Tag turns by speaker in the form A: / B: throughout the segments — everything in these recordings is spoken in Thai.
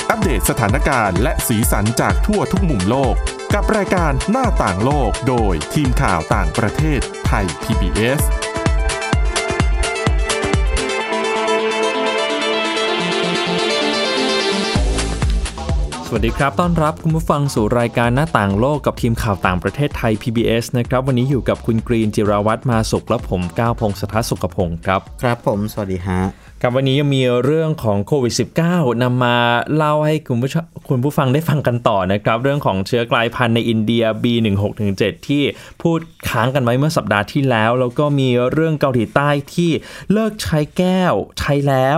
A: อัปเดตสถานการณ์และสีสันจากทั่วทุกมุมโลกกับรายการหน้าต่างโลกโดยทีมข่าวต่างประเทศไทย PBS
B: สวัสดีครับต้อนรับคุณผู้ฟังสู่รายการหน้าต่างโลกกับทีมข่าวต่างประเทศไทย PBS นะครับวันนี้อยู่กับคุณกรีนจิราวัฒน์มาสุขและผมก้าวพงศธรสุขพงศ์ครับ
C: ครับผมสวัสดีฮะ
B: ครับวันนี้ยังมีเรื่องของโควิด -19 นำมาเล่าให้คุณผู้ฟังได้ฟังกันต่อนะครับเรื่องของเชื้อกลายพันธุ์ในอินเดีย B1617 ที่พูดค้างกันไว้เมื่อสัปดาห์ที่แล้วแล้วก็มีเรื่องเกาหลีใต้ที่เลิกใช้แก้วใช้แล้ว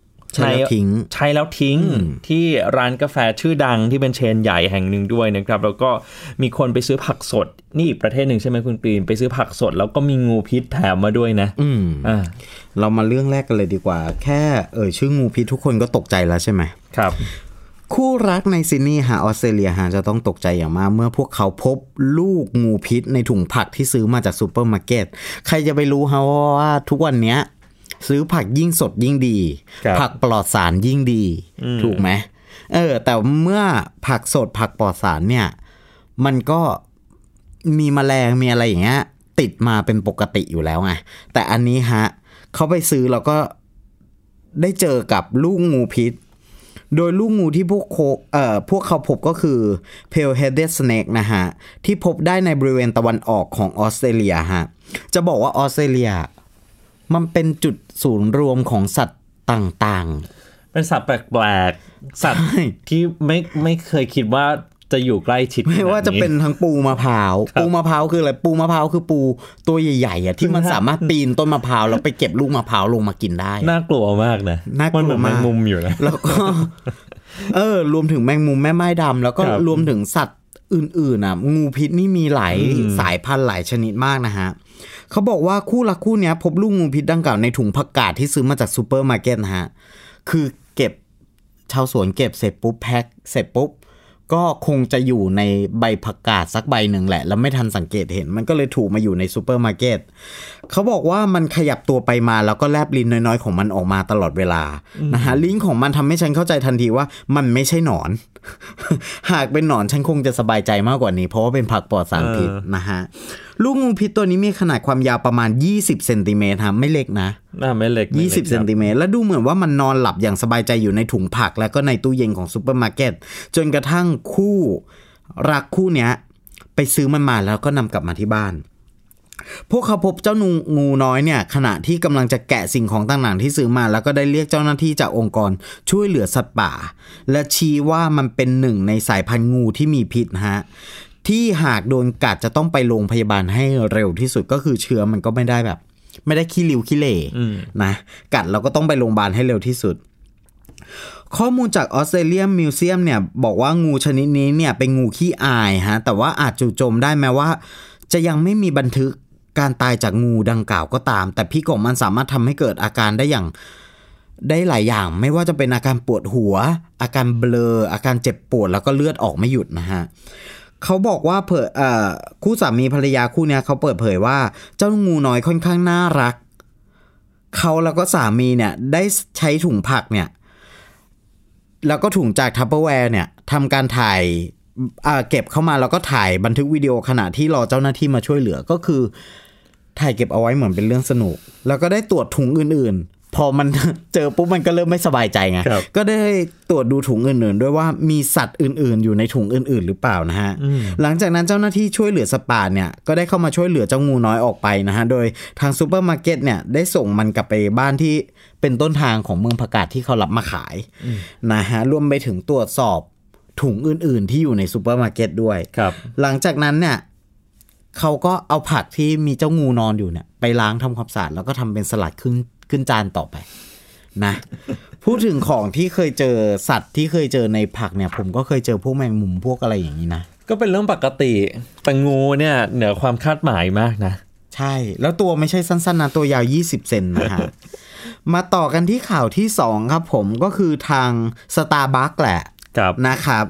B: ทิ้งที่ร้านกาแฟชื่อดังที่เป็นเชนใหญ่แห่งหนึ่งด้วยนะครับแล้วก็มีคนไปซื้อผักสดนี่อีกประเทศหนึ่งใช่ไหมคุณกรีนไปซื้อผักสดแล้วก็มีงูพิษแถมมาด้วยนะ
C: เรามาเรื่องแรกกันเลยดีกว่าแค่ชื่องูพิษทุกคนก็ตกใจแล้วใช่ไหม
B: ครับ
C: คู่รักในซิดนีย์ออสเตรเลียจะต้องตกใจอย่างมากเมื่อพวกเขาพบลูกงูพิษในถุงผักที่ซื้อมาจากซูเปอร์มาร์เก็ตใครจะไปรู้ว่าทุกวันนี้ซื้อผักยิ่งสดยิ่งดีผักปลอดสารยิ่งดีถูกไหมแต่เมื่อผักสดผักปลอดสารเนี่ยมันก็มีแมลงมีอะไรอย่างเงี้ยติดมาเป็นปกติอยู่แล้วไงแต่อันนี้เขาไปซื้อแล้วก็ได้เจอกับลูกงูพิษโดยลูกงูที่พวกเขาพบก็คือ Pale-headed snake นะฮะที่พบได้ในบริเวณตะวันออกของออสเตรเลียจะบอกว่าออสเตรเลียมันเป็นจุดศูนย์รวมของสัตว์ต่าง
B: ๆเป็นสัตว์แปลกๆสัตว์ที่ไม่เคยคิดว่าจะอยู่ใกล้ชิด
C: ไม่ว่าจะเป็นทั้งปูมะพร้าวคืออะไรปูมะพร้าวคือปูตัวใหญ่ๆที่มันสามารถปีนต้นมะพร้าวแล้วไปเก็บลูกมะพร้าวลงมากินได้
B: น่ากลัวมากนะ
C: มันเหมือนแมง
B: มุมอยู่นะ
C: แล้วก็รวมถึงแมงมุมแม่ไม้ดำแล้วก็รวมถึงสัตว์อื่นๆงูพิษนี่มีหลายสายพันธุ์หลายชนิดมากนะฮะเขาบอกว่าคู่รักคู่นี้พบลูกงูพิษดังกล่าวในถุงผักกาดที่ซื้อมาจากซูเปอร์มาร์เก็ตนะฮะคือเก็บชาวสวนเก็บเสร็จปุ๊บแพ็คเสร็จปุ๊บก็คงจะอยู่ในใบผักกาดสักใบหนึ่งแหละแล้วไม่ทันสังเกตเห็นมันก็เลยถูกมาอยู่ในซูเปอร์มาร์เก็ตเขาบอกว่ามันขยับตัวไปมาแล้วก็แลบลิ้นน้อยๆของมันออกมาตลอดเวลานะฮะลิ้นของมันทำให้ฉันเข้าใจทันทีว่ามันไม่ใช่หนอน หากเป็นหนอนฉันคงจะสบายใจมากกว่านี้เพราะว่าเป็นผักปลอดสารพิษนะฮะลูกงูพิษตัวนี้มีขนาดความยาวประมาณ20เซนติเมตรครับไม่เล็กนะ
B: ไม่เล็ก
C: 20เซนติเมตรและดูเหมือนว่ามันนอนหลับอย่างสบายใจอยู่ในถุงผักและก็ในตู้เย็นของซูเปอร์มาร์เก็ตจนกระทั่งคู่รักคู่เนี้ยไปซื้อมันมาแล้วก็นำกลับมาที่บ้านพวกเขาพบเจ้างูน้อยเนี่ยขณะที่กำลังจะแกะสิ่งของต่างๆที่ซื้อมาแล้วก็ได้เรียกเจ้าหน้าที่จากองค์กรช่วยเหลือสัตว์ป่าและชี้ว่ามันเป็นหนึ่งในสายพันธุ์งูที่มีพิษที่หากโดนกัดจะต้องไปโรงพยาบาลให้เร็วที่สุดก็คือเชื้อมันก็ไม่ได้ขี้ริ้วขี้เหร่นะกัดเราก็ต้องไปโรงพยาบาลให้เร็วที่สุดข้อมูลจากออสเตรเลียนมิวเซียมเนี่ยบอกว่างูชนิดนี้เนี่ยเป็นงูขี้อายแต่ว่าอาจจู่โจมได้แม้ว่าจะยังไม่มีบันทึกการตายจากงูดังกล่าวก็ตามแต่พิษของมันสามารถทำให้เกิดอาการได้หลายอย่างไม่ว่าจะเป็นอาการปวดหัวอาการเบลออาการเจ็บปวดแล้วก็เลือดออกไม่หยุดนะฮะเขาบอกว่าคู่สามีภรรยาคู่นี้เขาเปิดเผยว่าเจ้างูน้อยค่อนข้างน่ารักเขาแล้วก็สามีเนี่ยได้ใช้ถุงผักเนี่ยแล้วก็ถุงจากทัพเปอร์แวร์เนี่ยทำการถ่ายเก็บเข้ามาแล้วก็ถ่ายบันทึกวิดีโอขณะที่รอเจ้าหน้าที่มาช่วยเหลือก็คือถ่ายเก็บเอาไว้เหมือนเป็นเรื่องสนุกแล้วก็ได้ตรวจถุงอื่นๆพอมันเจอปุ๊บมันก็เริ่มไม่สบายใจไงก็ได้ตรวจดูถุงอื่นๆด้วยว่ามีสัตว์อื่นๆอยู่ในถุงอื่นๆหรือเปล่านะฮะหลังจากนั้นเจ้าหน้าที่ช่วยเหลือสัตว์ป่าเนี่ยก็ได้เข้ามาช่วยเหลือเจ้างูน้อยออกไปนะฮะโดยทางซูเปอร์มาร์เก็ตเนี่ยได้ส่งมันกลับไปบ้านที่เป็นต้นทางของเมืองผักกาดที่เขารับมาขายนะฮะรวมไปถึงตรวจสอบถุงอื่นๆที่อยู่ในซูเปอร์มาร์เก็ตด้วยหลังจากนั้นเนี่ยเขาก็เอาผักที่มีเจ้างูนอนอยู่เนี่ยไปล้างทำความสะอาดแล้วก็ทำเป็นสลัดขึ้นจานต่อไปนะพูดถึงของที่เคยเจอสัตว์ที่เคยเจอในผักเนี่ยผมก็เคยเจอพวกแมงมุมพวกอะไรอย่างนี้นะ
B: ก็เป็นเรื่องปกติแต่งูเนี่ยเหนือความคาดหมายมากนะ
C: ใช่แล้วตัวไม่ใช่สั้นๆนะตัวยาว20เซนนะฮะ มาต่อกันที่ข่าวที่2ครับผมก็คือทาง Starbucks แหละนะครับ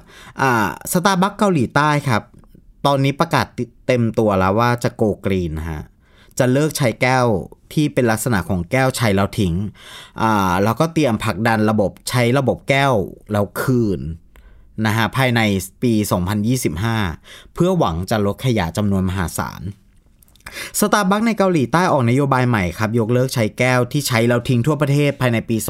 C: Starbucks เกาหลีใต้ครับตอนนี้ประกาศเต็มตัวแล้วว่าจะโกกรีนนะฮะจะเลิกใช้แก้วที่เป็นลักษณะของแก้วใช้แล้วทิ้งแล้วก็เตรียมผลักดันระบบใช้ระบบแก้วแล้วคืนนะฮะภายในปี 2025 เพื่อหวังจะลดขยะจำนวนมหาศาลStarbucks ในเกาหลีใต้ออกนโยบายใหม่ครับยกเลิกใช้แก้วที่ใช้แล้วทิ้งทั่วประเทศภายในปี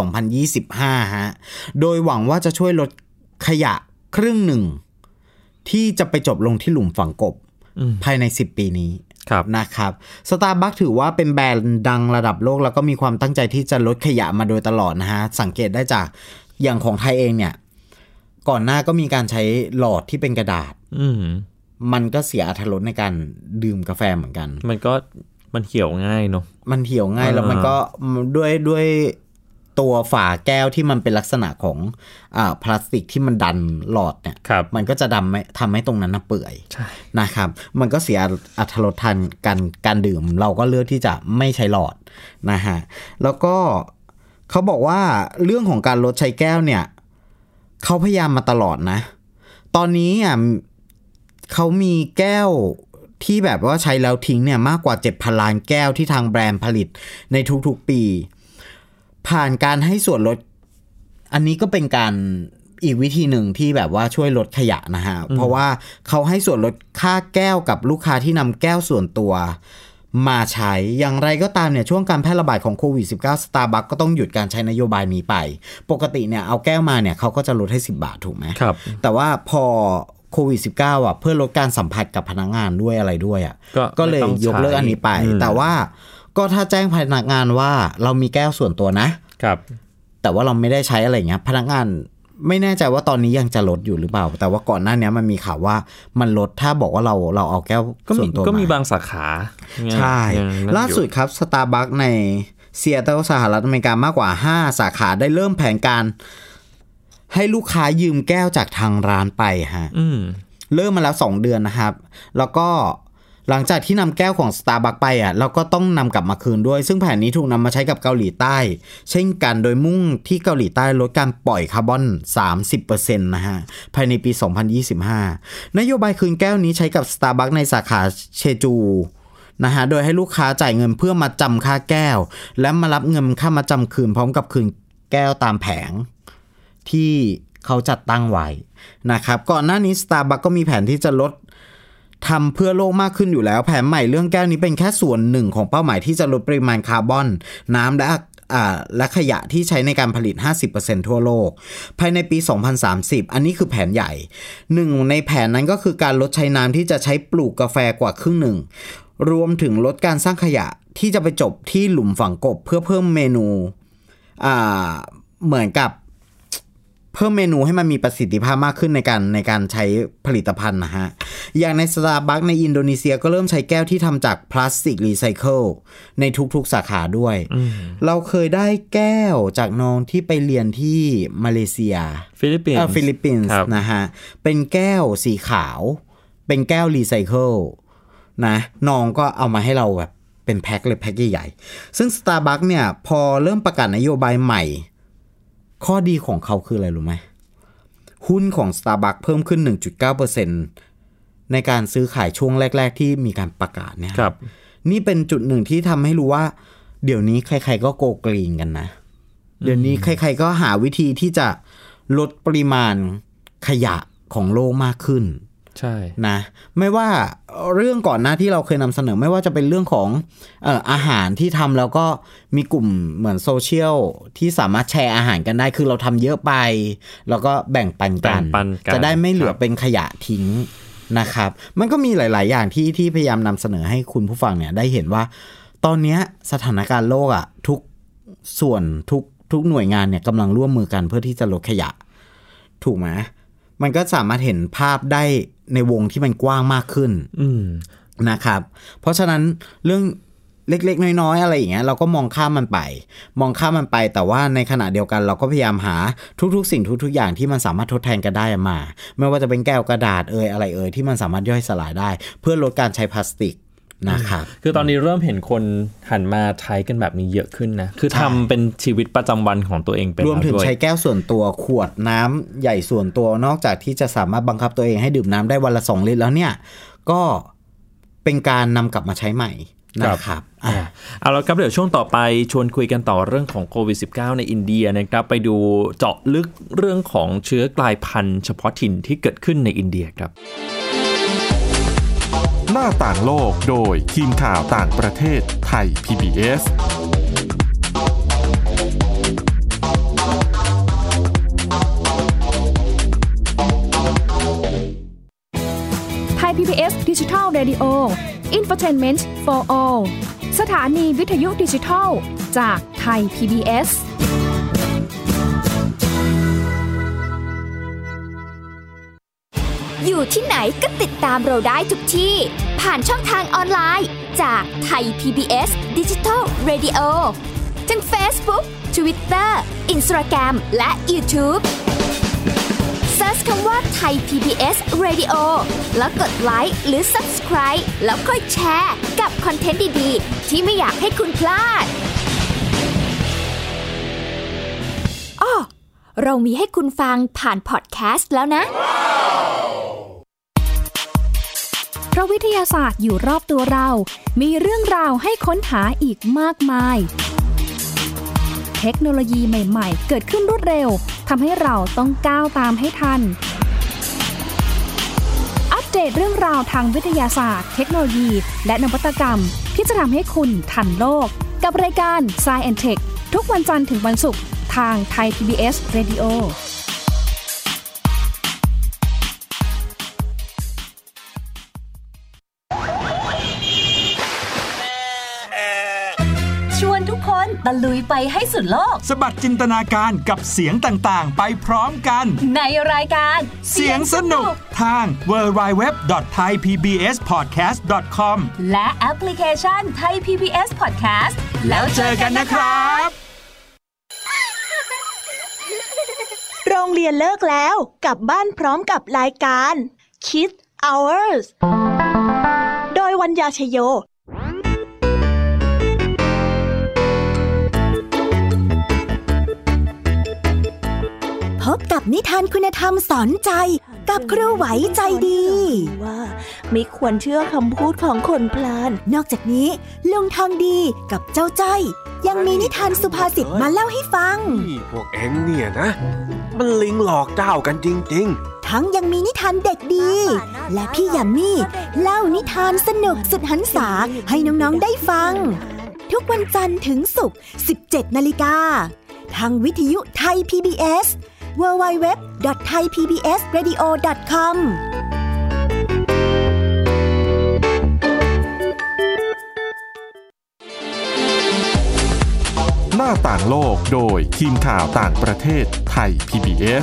C: 2025 ฮะโดยหวังว่าจะช่วยลดขยะครึ่งหนึ่งที่จะไปจบลงที่หลุมฝังกบภายใน10 ปีนี้นะครับ Starbucks ถือว่าเป็นแบรนด์ดังระดับโลกแล้วก็มีความตั้งใจที่จะลดขยะมาโดยตลอดนะฮะสังเกตได้จากอย่างของไทยเองเนี่ยก่อนหน้าก็มีการใช้หลอดที่เป็นกระดาษมันก็เสียอรรถรสในการดื่มกาแฟเหมือนกัน
B: มันเหี่ยวง่ายเนาะ
C: มันเหี่ยวง่ายแล้วมันก็ด้วยตัวฝาแก้วที่มันเป็นลักษณะของพลาสติกที่มันดันหลอดเนี่ยมันก็จะทำให้ตรงนั้นเปื่อยนะครับมันก็เสียอรรถรสทางการดื่มเราก็เลือกที่จะไม่ใช้หลอดนะฮะแล้วก็เขาบอกว่าเรื่องของการลดใช้แก้วเนี่ยเขาพยายามมาตลอดนะตอนนี้เขามีแก้วที่แบบว่าใช้แล้วทิ้งเนี่ยมากกว่า 7,000 ล้านแก้วที่ทางแบรนด์ผลิตในทุกๆปีผ่านการให้ส่วนลดอันนี้ก็เป็นการอีกวิธีหนึ่งที่แบบว่าช่วยลดขยะนะฮะเพราะว่าเขาให้ส่วนลดค่าแก้วกับลูกค้าที่นำแก้วส่วนตัวมาใช้อย่างไรก็ตามเนี่ยช่วงการแพร่ระบาดของโควิด -19 Starbucks ก็ต้องหยุดการใช้นโยบายนี้ไปปกติเนี่ยเอาแก้วมาเนี่ยเขาก็จะลดให้10 บาทถูกไหมครับแต่ว่าพอโควิด -19 เพื่อลดการสัมผัสกับพนักงานด้วยอะไรด้วยก็เลยยกเลิกอันนี้ไปแต่ว่าก็ถ้าแจ้งพนักงานว่าเรามีแก้วส่วนตัวนะครับแต่ว่าเราไม่ได้ใช้อะไรเงี้ยพนักงานไม่แน่ใจว่าตอนนี้ยังจะลดอยู่หรือเปล่าแต่ว่าก่อนหน้านี้มันมีข่าวว่ามันลดถ้าบอกว่าเราเอาแก้วส่วนตัว
B: ก็มีบางสาขา
C: ใช่ล่าสุดครับ Starbucks ในซีแอตเทิลสหรัฐอเมริกามากกว่า5 สาขาได้เริ่มแผนการให้ลูกค้ายืมแก้วจากทางร้านไปฮะเริ่มมาแล้ว2 เดือนนะครับแล้วก็หลังจากที่นำแก้วของ Starbucks ไปเราก็ต้องนำกลับมาคืนด้วยซึ่งแผนนี้ถูกนำมาใช้กับเกาหลีใต้เช่นกันโดยมุ่งที่เกาหลีใต้ลดการปล่อยคาร์บอน 30% นะฮะภายในปี 2025 นโยบายคืนแก้วนี้ใช้กับ Starbucks ในสาขาเชจูนะฮะโดยให้ลูกค้าจ่ายเงินเพื่อมาจำค่าแก้วและมารับเงินค่ามาจำคืนพร้อมกับคืนแก้วตามแผงที่เขาจัดตั้งไว้นะครับก่อนหน้านี้ Starbucks ก็มีแผนที่จะลดทำเพื่อโลกมากขึ้นอยู่แล้วแผนใหม่เรื่องแก้วนี้เป็นแค่ส่วนหนึ่งของเป้าหมายที่จะลดปริมาณคาร์บอนน้ำและขยะที่ใช้ในการผลิต 50% ทั่วโลกภายในปี 2030 อันนี้คือแผนใหญ่หนึ่งในแผนนั้นก็คือการลดใช้น้ำที่จะใช้ปลูกกาแฟกว่าครึ่งหนึ่งรวมถึงลดการสร้างขยะที่จะไปจบที่หลุมฝังกบเพื่อเพิ่มเมนูเหมือนกับเพิ่มเมนูให้มันมีประสิทธิภาพมากขึ้นในการใช้ผลิตภัณฑ์นะฮะอย่างใน Starbucks ในอินโดนีเซียก็เริ่มใช้แก้วที่ทำจากพลาสติกรีไซเคิลในทุกๆสาขาด้วยเราเคยได้แก้วจากน้องที่ไปเรียนที่มาเลเซีย
B: ฟิลิปปินส์
C: นะฮะเป็นแก้วสีขาวเป็นแก้วรีไซเคิลนะน้องก็เอามาให้เราแบบเป็นแพ็คเลยแพ็คใหญ่ๆซึ่ง Starbucks เนี่ยพอเริ่มประกาศนโยบายใหม่ข้อดีของเขาคืออะไรรู้ไหมหุ้นของ Starbucks เพิ่มขึ้น 1.9% ในการซื้อขายช่วงแรกๆที่มีการประกาศเนี่ยนี่เป็นจุดหนึ่งที่ทำให้รู้ว่าเดี๋ยวนี้ใครๆก็โกกรีนกันนะเดี๋ยวนี้ใครๆก็หาวิธีที่จะลดปริมาณขยะของโลกมากขึ้น
B: ใช่
C: นะไม่ว่าเรื่องก่อนหน้าที่เราเคยนำเสนอไม่ว่าจะเป็นเรื่องของอาหารที่ทำแล้วก็มีกลุ่มเหมือนโซเชียลที่สามารถแชร์อาหารกันได้คือเราทำเยอะไปแล้วก็แบ่งปันกันจะได้ไม่เหลือเป็นขยะทิ้งนะครับมันก็มีหลายๆอย่างที่พยายามนำเสนอให้คุณผู้ฟังเนี่ยได้เห็นว่าตอนนี้สถานการณ์โลกทุกส่วนทุกหน่วยงานเนี่ยกำลังร่วมมือกันเพื่อที่จะลดขยะถูกไหมมันก็สามารถเห็นภาพได้ในวงที่มันกว้างมากขึ้นนะครับเพราะฉะนั้นเรื่องเล็กๆน้อยๆอะไรอย่างเงี้ยเราก็มองข้ามมันไปแต่ว่าในขณะเดียวกันเราก็พยายามหาทุกสิ่งทุกอย่างที่มันสามารถทดแทนกันได้มาไม่ว่าจะเป็นแก้วกระดาษอะไรที่มันสามารถย่อยสลายได้เพื่อลดการใช้พลาสติกนะครับ
B: คือตอนนี้เริ่มเห็นคนหันมาใช้กันแบบนี้เยอะขึ้นนะคือทำเป็นชีวิตประจำวันของตัวเองเป็น
C: รวมถึงใช้แก้วส่วนตัวขวดน้ำใหญ่ส่วนตัวนอกจากที่จะสามารถบังคับตัวเองให้ดื่มน้ำได้วันละ2 ลิตรแล้วเนี่ยก็เป็นการนำกลับมาใช้ใหม่นะครับ
B: เอาละครับเดี๋ยวช่วงต่อไปชวนคุยกันต่อเรื่องของโควิด -19 ในอินเดียนะครับไปดูเจาะลึกเรื่องของเชื้อกลายพันธุ์เฉพาะถิ่นที่เกิดขึ้นในอินเดียครับ
A: หน้าต่างโลกโดยทีมข่าวต่างประเทศไทย PBS
D: ไทย PBS Digital Radio Infotainment for All สถานีวิทยุดิจิทัลจากไทย PBS
E: อยู่ที่ไหนก็ติดตามเราได้ทุกที่ผ่านช่องทางออนไลน์จากไทย PBS Digital Radio ทั้ง Facebook, Twitter, Instagram และ YouTubeเสิร์ชคำว่าไทย PBS Radio แล้วกดไลค์หรือ Subscribe แล้วค่อยแชร์กับคอนเทนต์ดีๆที่ไม่อยากให้คุณพลาดอ้อเรามีให้คุณฟังผ่านพอดแคสต์แล้วนะ
D: เพราะวิทยาศาสตร์อยู่รอบตัวเรามีเรื่องราวให้ค้นหาอีกมากมายเทคโนโลยีใหม่ๆเกิดขึ้นรวดเร็วทำให้เราต้องก้าวตามให้ทันอัปเดตเรื่องราวทางวิทยาศาสตร์เทคโนโลยีและนวัตกรรมที่จะทำให้คุณทันโลกกับรายการ Science and Tech ทุกวันจันทร์ถึงวันศุกร์ทางไทย PBS Radio
F: ชวนทุกคนตะลุยไปให้สุดโลก
G: สบัดจินตนาการกับเสียงต่างๆไปพร้อมกัน
F: ในรายการ
G: เสียงสนุกทาง www.thaipbspodcast.com
F: และแอปพลิเคชัน Thai PBS Podcast
G: แล้วเจอกันนะครับ
H: โรงเรียนเลิกแล้วกลับบ้านพร้อมกับรายการ Kids Hours โดยวัญญาชโย
I: พบกับนิทานคุณธรรมสอนใจกับครูไหวใจดี
H: ว่าไม่ควรเชื่อคำพูดของคนพลาน
I: นอกจากนี้ลุงทองดีกับเจ้าจ้อยยังมีนิทานสุภาษิตมาเล่าให้ฟัง
J: พวกเอ็งเนี่ยนะมันลิงหลอกเจ้ากันจริง
I: ๆทั้งยังมีนิทานเด็กดีและพี่ยามีเล่านิทานสนุกสุดหรรษาให้น้องๆได้ฟังทุกวันจันทร์ถึงศุกร์ 17:00 น.ทางวิทยุไทย PBS www.thaipbsradio.com
A: หน้าต่างโลกโดยทีมข่าวต่างประเทศไทย PBS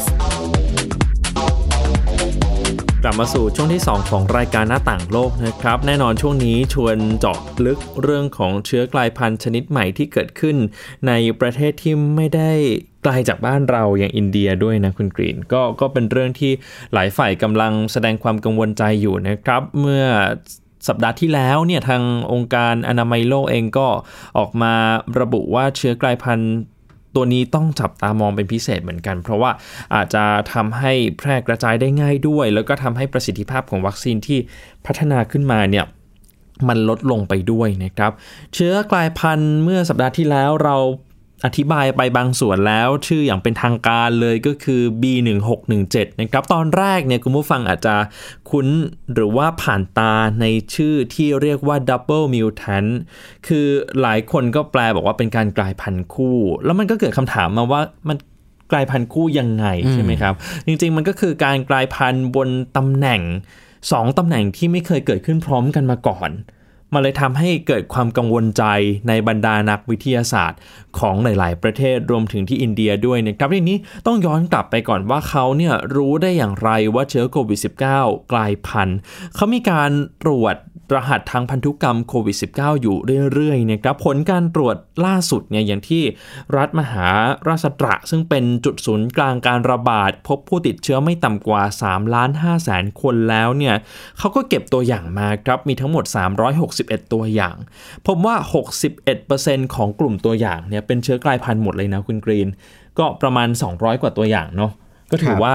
B: กลับมาสู่ช่วงที่2ของรายการหน้าต่างโลกนะครับแน่นอนช่วงนี้ชวนเจาะลึกเรื่องของเชื้อกลายพันธุ์ชนิดใหม่ที่เกิดขึ้นในประเทศที่ไม่ได้ไกลจากบ้านเราอย่างอินเดียด้วยนะคุณกรีนก็เป็นเรื่องที่หลายฝ่ายกำลังแสดงความกังวลใจอยู่นะครับเมื่อสัปดาห์ที่แล้วเนี่ยทางองค์การอนามัยโลกเองก็ออกมาระบุว่าเชื้อกลายพันธุ์ตัวนี้ต้องจับตามองเป็นพิเศษเหมือนกันเพราะว่าอาจจะทำให้แพร่กระจายได้ง่ายด้วยแล้วก็ทำให้ประสิทธิภาพของวัคซีนที่พัฒนาขึ้นมาเนี่ยมันลดลงไปด้วยนะครับเชื้อกลายพันธุ์เมื่อสัปดาห์ที่แล้วเราอธิบายไปบางส่วนแล้วชื่ออย่างเป็นทางการเลยก็คือ B1617 นะครับตอนแรกเนี่ยคุณผู้ฟังอาจจะคุ้นหรือว่าผ่านตาในชื่อที่เรียกว่า Double Mutant คือหลายคนก็แปลบอกว่าเป็นการกลายพันธุ์คู่แล้วมันก็เกิดคำถามมาว่ามันกลายพันธุ์คู่ยังไงใช่ไหมครับจริงๆมันก็คือการกลายพันธุ์บนตำแหน่ง2ตำแหน่งที่ไม่เคยเกิดขึ้นพร้อมกันมาก่อนมันเลยทำให้เกิดความกังวลใจในบรรดานักวิทยาศาสตร์ของหลายๆประเทศรวมถึงที่อินเดียด้วยนะครับทีนี้ต้องย้อนกลับไปก่อนว่าเขาเนี่ยรู้ได้อย่างไรว่าเชื้อโควิด -19 กลายพันธุ์เขามีการตรวจรหัสทางพันธุกรรมโควิด -19 อยู่เรื่อยๆนะครับผลการตรวจล่าสุดเนี่ยอย่างที่รัฐมหาราชตระซึ่งเป็นจุดศูนย์กลางการระบาดพบผู้ติดเชื้อไม่ต่ำกว่า 3,500,000 คนแล้วเนี่ยเขาก็เก็บตัวอย่างมาครับมีทั้งหมด361ตัวอย่างพบว่า 61% ของกลุ่มตัวอย่างเนี่ยเป็นเชื้อกลายพันธุ์หมดเลยนะคุณกรีนก็ประมาณ200กว่าตัวอย่างเนาะก็ถือว่า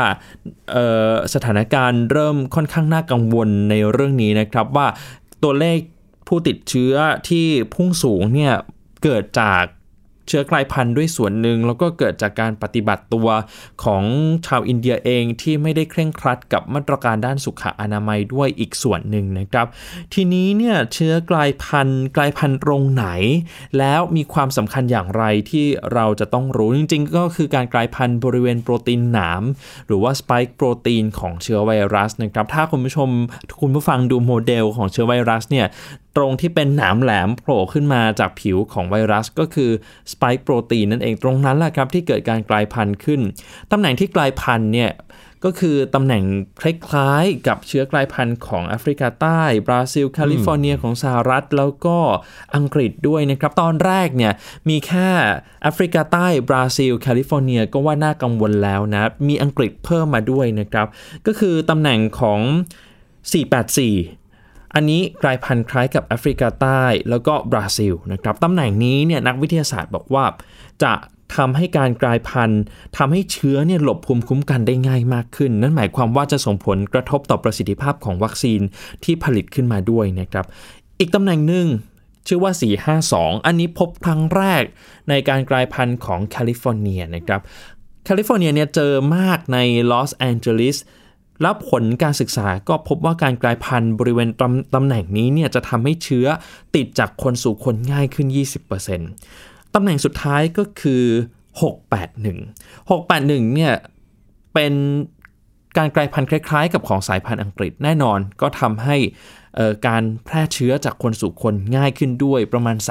B: สถานการณ์เริ่มค่อนข้างน่ากังวลในเรื่องนี้นะครับว่าตัวเลขผู้ติดเชื้อที่พุ่งสูงเนี่ยเกิดจากเชื้อกลายพันธุ์ด้วยส่วนหนึ่งแล้วก็เกิดจากการปฏิบัติตัวของชาวอินเดียเองที่ไม่ได้เคร่งครัดกับมาตรการด้านสุขอนามัยด้วยอีกส่วนหนึ่งนะครับทีนี้เนี่ยเชื้อกลายพันธุ์ตรงไหนแล้วมีความสำคัญอย่างไรที่เราจะต้องรู้จริงๆก็คือการกลายพันธุ์บริเวณโปรตีนหนามหรือว่าสไปค์โปรตีนของเชื้อไวรัสนะครับถ้าคุณผู้ฟังดูโมเดลของเชื้อไวรัสเนี่ยตรงที่เป็นหนามแหลมโผล่ขึ้นมาจากผิวของไวรัสก็คือสไปค์โปรตีนนั่นเองตรงนั้นแหละครับที่เกิดการกลายพันธุ์ขึ้นตำแหน่งที่กลายพันธุ์เนี่ยก็คือตำแหน่งคล้ายๆกับเชื้อกลายพันธุ์ของแอฟริกาใต้บราซิลแคลิฟอร์เนียของสหรัฐแล้วก็อังกฤษด้วยนะครับตอนแรกเนี่ยมีแค่แอฟริกาใต้บราซิลแคลิฟอร์เนียก็ว่าน่ากังวลแล้วนะมีอังกฤษเพิ่มมาด้วยนะครับก็คือตำแหน่งของ484อันนี้กลายพันธุ์คล้ายกับแอฟริกาใต้แล้วก็บราซิลนะครับตำแหน่งนี้เนี่ยนักวิทยาศาสตร์บอกว่าจะทำให้การกลายพันธุ์ทำให้เชื้อเนี่ยหลบภูมิคุ้มกันได้ง่ายมากขึ้นนั่นหมายความว่าจะส่งผลกระทบต่อประสิทธิภาพของวัคซีนที่ผลิตขึ้นมาด้วยนะครับอีกตำแหน่งหนึ่งชื่อว่า452อันนี้พบครั้งแรกในการกลายพันธุ์ของแคลิฟอร์เนียนะครับแคลิฟอร์เนียเนี่ยเจอมากในลอสแอนเจลิสแล้วผลการศึกษาก็พบว่าการกลายพันธุ์บริเวณตำแหน่งนี้เนี่ยจะทำให้เชื้อติดจากคนสู่คนง่ายขึ้น 20% ตำแหน่งสุดท้ายก็คือ681เนี่ยเป็นการกลายพันธุ์คล้ายๆกับของสายพันธุ์อังกฤษแน่นอนก็ทำให้การแพร่เชื้อจากคนสู่คนง่ายขึ้นด้วยประมาณ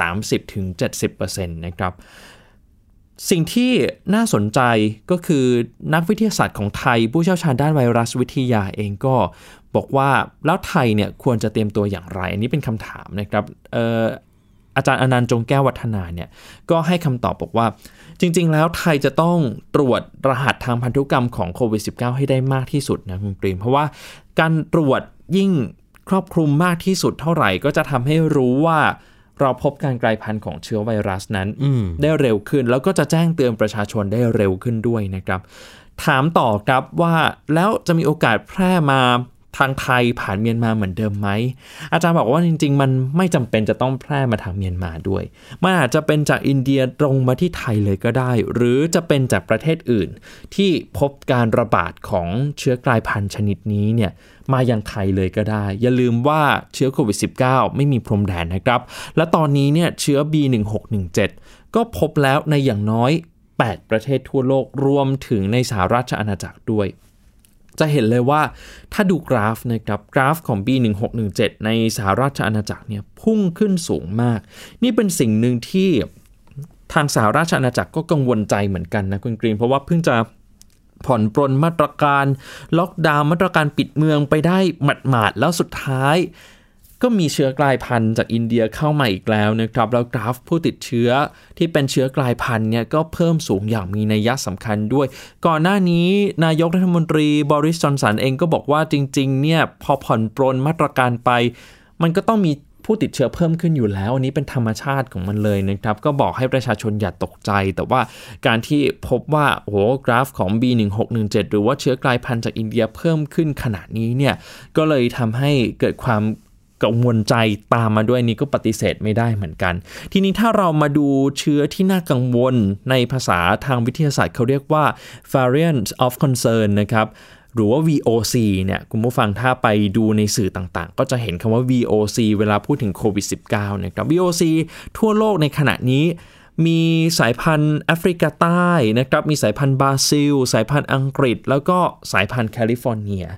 B: 30-70% นะครับสิ่งที่น่าสนใจก็คือนักวิทยาศาสตร์ของไทยผู้เชี่ยวชาญด้านไวรัสวิทยาเองก็บอกว่าแล้วไทยเนี่ยควรจะเตรียมตัวอย่างไรอันนี้เป็นคำถามนะครับอาจารย์อนันต์จงแก้ววัฒนาเนี่ยก็ให้คำตอบบอกว่าจริงๆแล้วไทยจะต้องตรวจรหัสทางพันธุกรรมของโควิด -19 ให้ได้มากที่สุดนะคุณกรีนเพราะว่าการตรวจยิ่งครอบคลุมมากที่สุดเท่าไหร่ก็จะทำให้รู้ว่าเราพบการกลายพันธุ์ของเชื้อไวรัสนั้นได้เร็วขึ้นแล้วก็จะแจ้งเตือนประชาชนได้เร็วขึ้นด้วยนะครับถามต่อครับว่าแล้วจะมีโอกาสแพร่มาทางไทยผ่านเมียนมาเหมือนเดิมไหมอาจารย์บอกว่าจริงๆมันไม่จำเป็นจะต้องแพร่มาทางเมียนมาด้วยมันอาจจะเป็นจากอินเดียตรงมาที่ไทยเลยก็ได้หรือจะเป็นจากประเทศอื่นที่พบการระบาดของเชื้อกลายพันธุ์ชนิดนี้เนี่ยมายังไทยเลยก็ได้อย่าลืมว่าเชื้อโควิด -19 ไม่มีพรมแดนนะครับและตอนนี้เนี่ยเชื้อ B1617 ก็พบแล้วในอย่างน้อย8ประเทศทั่วโลกรวมถึงในสหราชอาณาจักรด้วยจะเห็นเลยว่าถ้าดูกราฟนะครับกราฟของ B1617 ในสหราชอาณาจักรเนี่ยพุ่งขึ้นสูงมากนี่เป็นสิ่งหนึ่งที่ทางสหราชอาณาจักรก็กังวลใจเหมือนกันนะคุณกรีนเพราะว่าเพิ่งจะผ่อนปรนมาตรการล็อกดาวน์มาตรการปิดเมืองไปได้หมาดๆแล้วสุดท้ายก็มีเชื้อกลายพันธุ์จากอินเดียเข้ามาอีกแล้วนะครับแล้วกราฟผู้ติดเชื้อที่เป็นเชื้อกลายพันธุ์เนี่ยก็เพิ่มสูงอย่างมีนัยสำคัญด้วยก่อนหน้านี้นายกรัฐมนตรีบริส จอนสันเองก็บอกว่าจริงๆเนี่ยพอผ่อนปรนมาตรการไปมันก็ต้องมีผู้ติดเชื้อเพิ่มขึ้นอยู่แล้วอันนี้เป็นธรรมชาติของมันเลยนะครับก็บอกให้ประชาชนอย่าตกใจแต่ว่าการที่พบว่าโอ้โหกราฟของ B1617 หรือว่าเชื้อกลายพันธุ์จากอินเดียเพิ่มขึ้นขนาดนี้เนี่ยก็เลยทำให้เกิดความกังวลใจตามมาด้วยนี่ก็ปฏิเสธไม่ได้เหมือนกันทีนี้ถ้าเรามาดูเชื้อที่น่ากังวลในภาษาทางวิทยาศาสตร์เขาเรียกว่า variant of concern นะครับหรือว่า VOC เนี่ยคุณผู้ฟังถ้าไปดูในสื่อต่างๆก็จะเห็นคำว่า VOC เวลาพูดถึงโควิด -19 นะครับ VOC ทั่วโลกในขณะนี้มีสายพันธุ์แอฟริกาใต้นะครับมีสายพันธุ์บราซิลสายพันธุ์อังกฤษแล้วก็สายพันธุ์แคลิฟอร์เนีย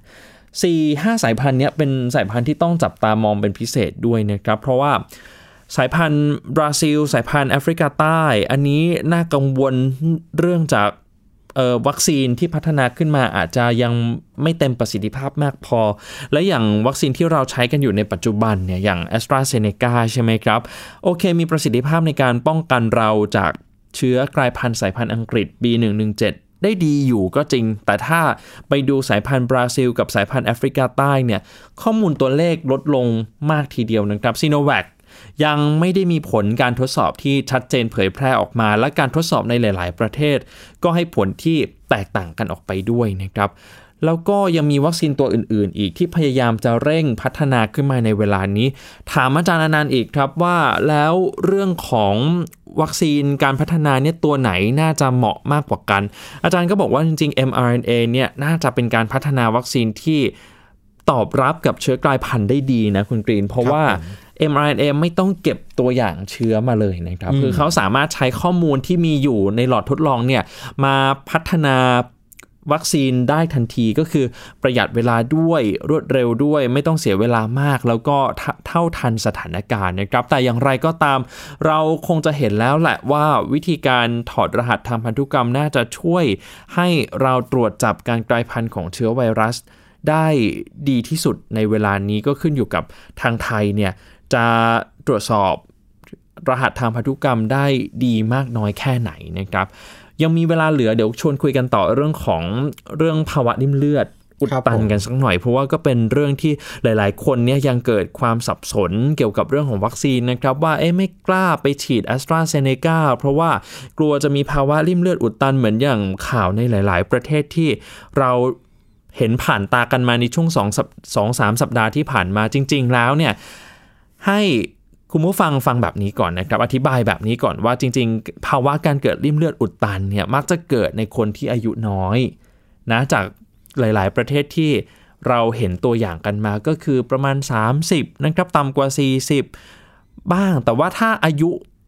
B: 4-5 สายพันธุ์นี้เป็นสายพันธุ์ที่ต้องจับตามองเป็นพิเศษด้วยนะครับเพราะว่าสายพันธุ์บราซิลสายพันธุ์แอฟริกาใต้อันนี้น่ากังวลเรื่องจากวัคซีนที่พัฒนาขึ้นมาอาจจะยังไม่เต็มประสิทธิภาพมากพอและอย่างวัคซีนที่เราใช้กันอยู่ในปัจจุบันเนี่ยอย่าง AstraZeneca ใช่ไหมครับโอเคมีประสิทธิภาพในการป้องกันเราจากเชื้อกลายพันธุ์สายพันธุ์อังกฤษ B117ได้ดีอยู่ก็จริงแต่ถ้าไปดูสายพันธุ์บราซิลกับสายพันธุ์แอฟริกาใต้เนี่ยข้อมูลตัวเลขลดลงมากทีเดียวนะครับซิโนแวคยังไม่ได้มีผลการทดสอบที่ชัดเจนเผยแพร่ออกมาและการทดสอบในหลายๆประเทศก็ให้ผลที่แตกต่างกันออกไปด้วยนะครับแล้วก็ยังมีวัคซีนตัวอื่นๆอีกที่พยายามจะเร่งพัฒนาขึ้นมาในเวลานี้ถามอาจารย์อนันต์อีกครับว่าแล้วเรื่องของวัคซีนการพัฒนาเนี่ยตัวไหนน่าจะเหมาะมากกว่ากันอาจารย์ก็บอกว่าจริงๆ mRNA เนี่ยน่าจะเป็นการพัฒนาวัคซีนที่ตอบรับกับเชื้อกลายพันธุ์ได้ดีนะคุณกรีนเพราะว่า mRNA ไม่ต้องเก็บตัวอย่างเชื้อมาเลยนะครับคือเขาสามารถใช้ข้อมูลที่มีอยู่ในหลอดทดลองเนี่ยมาพัฒนาวัคซีนได้ทันทีก็คือประหยัดเวลาด้วยรวดเร็วด้วยไม่ต้องเสียเวลามากแล้วก็เท่าทันสถานการณ์นะครับแต่อย่างไรก็ตามเราคงจะเห็นแล้วแหละว่าวิธีการถอดรหัสทางพันธุกรรมน่าจะช่วยให้เราตรวจจับการกลายพันธุ์ของเชื้อไวรัสได้ดีที่สุดในเวลานี้ก็ขึ้นอยู่กับทางไทยเนี่ยจะตรวจสอบรหัสทางพันธุกรรมได้ดีมากน้อยแค่ไหนนะครับยังมีเวลาเหลือเดี๋ยวชวนคุยกันต่อเรื่องภาวะริ่มเลือดอุดตันกันสักหน่อยเพราะว่าก็เป็นเรื่องที่หลายๆคนเนี่ยยังเกิดความสับสนเกี่ยวกับเรื่องของวัคซีนนะครับว่าไม่กล้าไปฉีด AstraZeneca เพราะว่ากลัวจะมีภาวะริ่มเลือดอุดตันเหมือนอย่างข่าวในหลายๆประเทศที่เราเห็นผ่านตากันมาในช่วง 2-3 สัปดาห์ที่ผ่านมาจริงๆแล้วเนี่ยให้คุณผู้ฟังแบบนี้ก่อนนะครับอธิบายแบบนี้ก่อนว่าจริงๆภาวะการเกิดริ่มเลือดอุดตันเนี่ยมักจะเกิดในคนที่อายุน้อยนะจากหลายๆประเทศที่เราเห็นตัวอย่างกันมาก็คือประมาณ30นะครับต่ำกว่า40บ้างแต่ว่าถ้าอายุ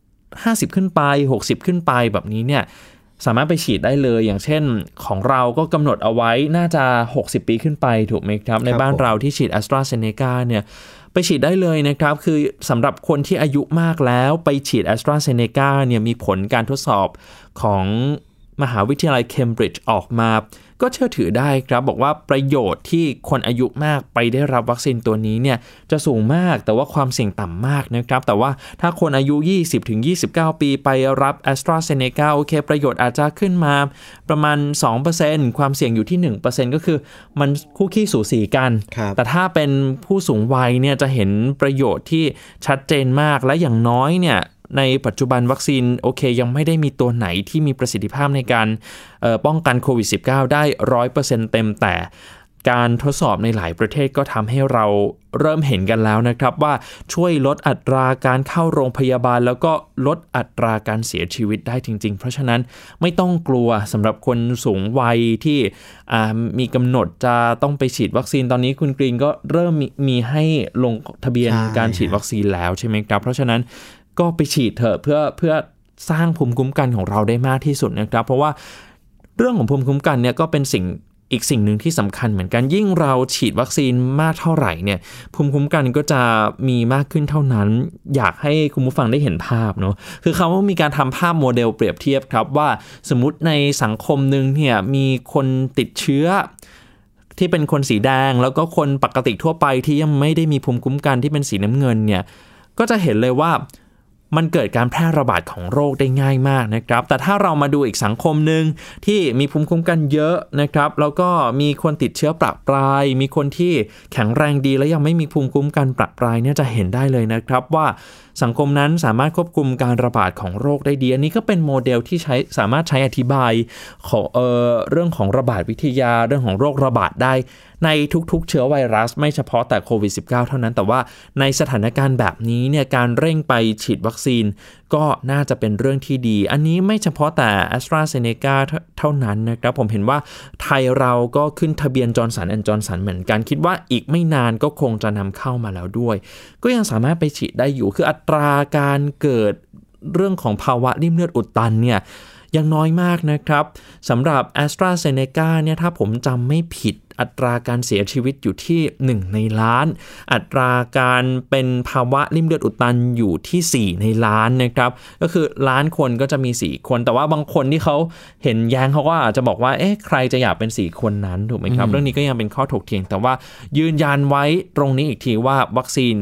B: 50ขึ้นไป60ขึ้นไปแบบนี้เนี่ยสามารถไปฉีดได้เลยอย่างเช่นของเราก็กำหนดเอาไว้น่าจะ60ปีขึ้นไปถูกไหมครับในบ้านเราที่ฉีด AstraZeneca เนี่ยไปฉีดได้เลยนะครับคือสำหรับคนที่อายุมากแล้วไปฉีด AstraZeneca เนี่ยมีผลการทดสอบของมหาวิทยาลัยเคมบริดจ์ออกมาก็เชื่อถือได้ครับบอกว่าประโยชน์ที่คนอายุมากไปได้รับวัคซีนตัวนี้เนี่ยจะสูงมากแต่ว่าความเสี่ยงต่ำมากนะครับแต่ว่าถ้าคนอายุ 20-29 ปีไปรับ AstraZeneca โอเคประโยชน์อาจจะขึ้นมาประมาณ 2% ความเสี่ยงอยู่ที่ 1% ก็คือมันคู่ขี้สูสีกันแต่ถ้าเป็นผู้สูงวัยเนี่ยจะเห็นประโยชน์ที่ชัดเจนมากและอย่างน้อยเนี่ยในปัจจุบันวัคซีนโอเคยังไม่ได้มีตัวไหนที่มีประสิทธิภาพในการป้องกันโควิด -19 ได้ 100% เต็มแต่การทดสอบในหลายประเทศก็ทำให้เราเริ่มเห็นกันแล้วนะครับว่าช่วยลดอัตราการเข้าโรงพยาบาลแล้วก็ลดอัตราการเสียชีวิตได้จริงๆเพราะฉะนั้นไม่ต้องกลัวสำหรับคนสูงวัยที่มีกำหนดจะต้องไปฉีดวัคซีนตอนนี้คุณกรีนก็เริ่มมีให้ลงทะเบียนการฉีดวัคซีนแล้วใช่ไหมครับเพราะฉะนั้นก็ไปฉีดเถอะเพื่อสร้างภูมิคุ้มกันของเราได้มากที่สุดนะครับเพราะว่าเรื่องของภูมิคุ้มกันเนี่ยก็เป็นอีกสิ่งหนึ่งที่สำคัญเหมือนกันยิ่งเราฉีดวัคซีนมากเท่าไหร่เนี่ยภูมิคุ้มกันก็จะมีมากขึ้นเท่านั้นอยากให้คุณผู้ฟังได้เห็นภาพเนาะคือเขามีการทำภาพโมเดลเปรียบเทียบครับว่าสมมุติในสังคมนึงเนี่ยมีคนติดเชื้อที่เป็นคนสีแดงแล้วก็คนปกติทั่วไปที่ยังไม่ได้มีภูมิคุ้มกันที่เป็นสีน้ำเงินเนี่ยก็จะเห็นเลยว่ามันเกิดการแพร่ระบาดของโรคได้ง่ายมากนะครับแต่ถ้าเรามาดูอีกสังคมนึงที่มีภูมิคุ้มกันเยอะนะครับแล้วก็มีคนติดเชื้อประปรายมีคนที่แข็งแรงดีและยังไม่มีภูมิคุ้มกันประปรายเนี่ยจะเห็นได้เลยนะครับว่าสังคมนั้นสามารถควบคุมการระบาดของโรคได้ดีอันนี้ก็เป็นโมเดลที่สามารถใช้อธิบายของเรื่องของระบาดวิทยาเรื่องของโรคระบาดได้ในทุกๆเชื้อไวรัสไม่เฉพาะแต่โควิด -19 เท่านั้นแต่ว่าในสถานการณ์แบบนี้เนี่ยการเร่งไปฉีดวัคซีนก็น่าจะเป็นเรื่องที่ดีอันนี้ไม่เฉพาะแต่ AstraZeneca เท่านั้นนะครับผมเห็นว่าไทยเราก็ขึ้นทะเบียน Johnson & Johnson เหมือนกันคิดว่าอีกไม่นานก็คงจะนำเข้ามาแล้วด้วยก็ยังสามารถไปฉีดได้อยู่คืออัตราการเกิดเรื่องของภาวะริ่มเลือดอุดตันเนี่ยยังน้อยมากนะครับสำหรับ AstraZeneca เนี่ยถ้าผมจำไม่ผิดอัตราการเสียชีวิตอยู่ที่1ในล้านอัตราการเป็นภาวะริ่มเลือดอุดตันอยู่ที่4ในล้านนะครับก็คือล้านคนก็จะมี4คนแต่ว่าบางคนที่เขาเห็นแย้งเขาก็อาจจะบอกว่าใครจะอยากเป็น4คนนั้นถูกไหมครับเรื่องนี้ก็ยังเป็นข้อถกเถียงแต่ว่ายืนยันไว้ตรงนี้อีกทีว่าวัคซีน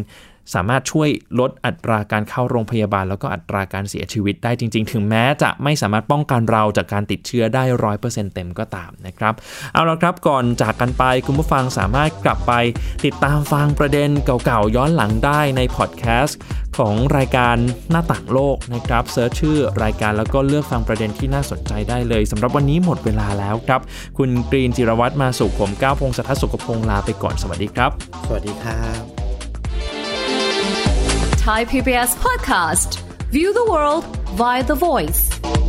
B: สามารถช่วยลดอัตราการเข้าโรงพยาบาลแล้วก็อัตราการเสียชีวิตได้จริงๆถึงแม้จะไม่สามารถป้องกันเราจากการติดเชื้อได้ 100% เต็มก็ตามนะครับเอาละครับก่อนจากกันไปคุณผู้ฟังสามารถกลับไปติดตามฟังประเด็นเก่าๆย้อนหลังได้ในพอดแคสต์ของรายการหน้าต่างโลกนะครับเสิร์ชชื่อรายการแล้วก็เลือกฟังประเด็นที่น่าสนใจได้เลยสำหรับวันนี้หมดเวลาแล้วครับคุณกรีนจิรวัตรมาสุขผมก้าวพงศธรสุขพงษ์ลาไปก่อนสวัสดีครับ
C: สวัสดีครับ
F: Thai PBS podcast. View the world via the voice.